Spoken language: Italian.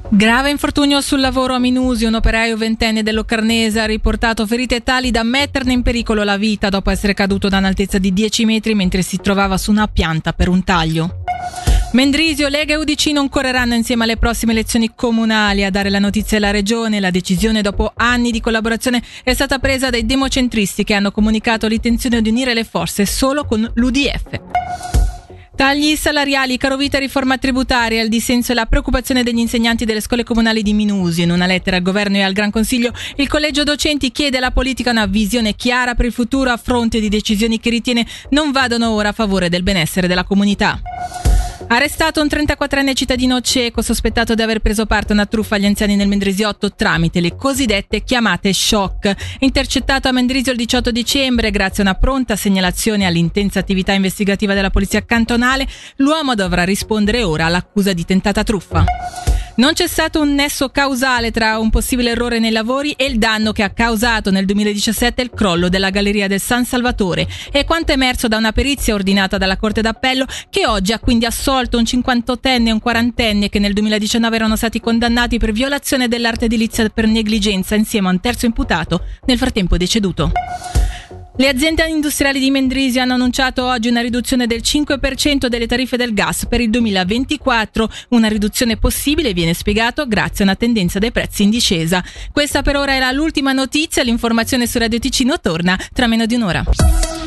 Grave infortunio sul lavoro a Minusi, un operaio ventenne dell'Occarnese ha riportato ferite tali da metterne in pericolo la vita dopo essere caduto da un'altezza di 10 metri mentre si trovava su una pianta per un taglio. Mendrisio, Lega e UDC non correranno insieme alle prossime elezioni comunali. A dare la notizia alla Regione, la decisione dopo anni di collaborazione è stata presa dai democentristi che hanno comunicato l'intenzione di unire le forze solo con l'UDF. Tagli salariali, carovita e riforma tributaria, il dissenso e la preoccupazione degli insegnanti delle scuole comunali di Minusi. In una lettera al governo e al Gran Consiglio, il collegio docenti chiede alla politica una visione chiara per il futuro a fronte di decisioni che ritiene non vadano ora a favore del benessere della comunità. Arrestato un 34enne cittadino ceco sospettato di aver preso parte a una truffa agli anziani nel Mendrisiotto tramite le cosiddette chiamate shock. Intercettato a Mendrisio il 18 dicembre, grazie a una pronta segnalazione all'intensa attività investigativa della polizia cantonale, l'uomo dovrà rispondere ora all'accusa di tentata truffa. Non c'è stato un nesso causale tra un possibile errore nei lavori e il danno che ha causato nel 2017 il crollo della galleria del San Salvatore. È quanto emerso da una perizia ordinata dalla Corte d'Appello, che oggi ha quindi assolto un 58enne e un 40enne che nel 2019 erano stati condannati per violazione dell'arte edilizia per negligenza insieme a un terzo imputato, nel frattempo deceduto. Le aziende industriali di Mendrisio hanno annunciato oggi una riduzione del 5% delle tariffe del gas per il 2024. Una riduzione possibile, viene spiegato, grazie a una tendenza dei prezzi in discesa. Questa per ora era l'ultima notizia. L'informazione su Radio Ticino torna tra meno di un'ora.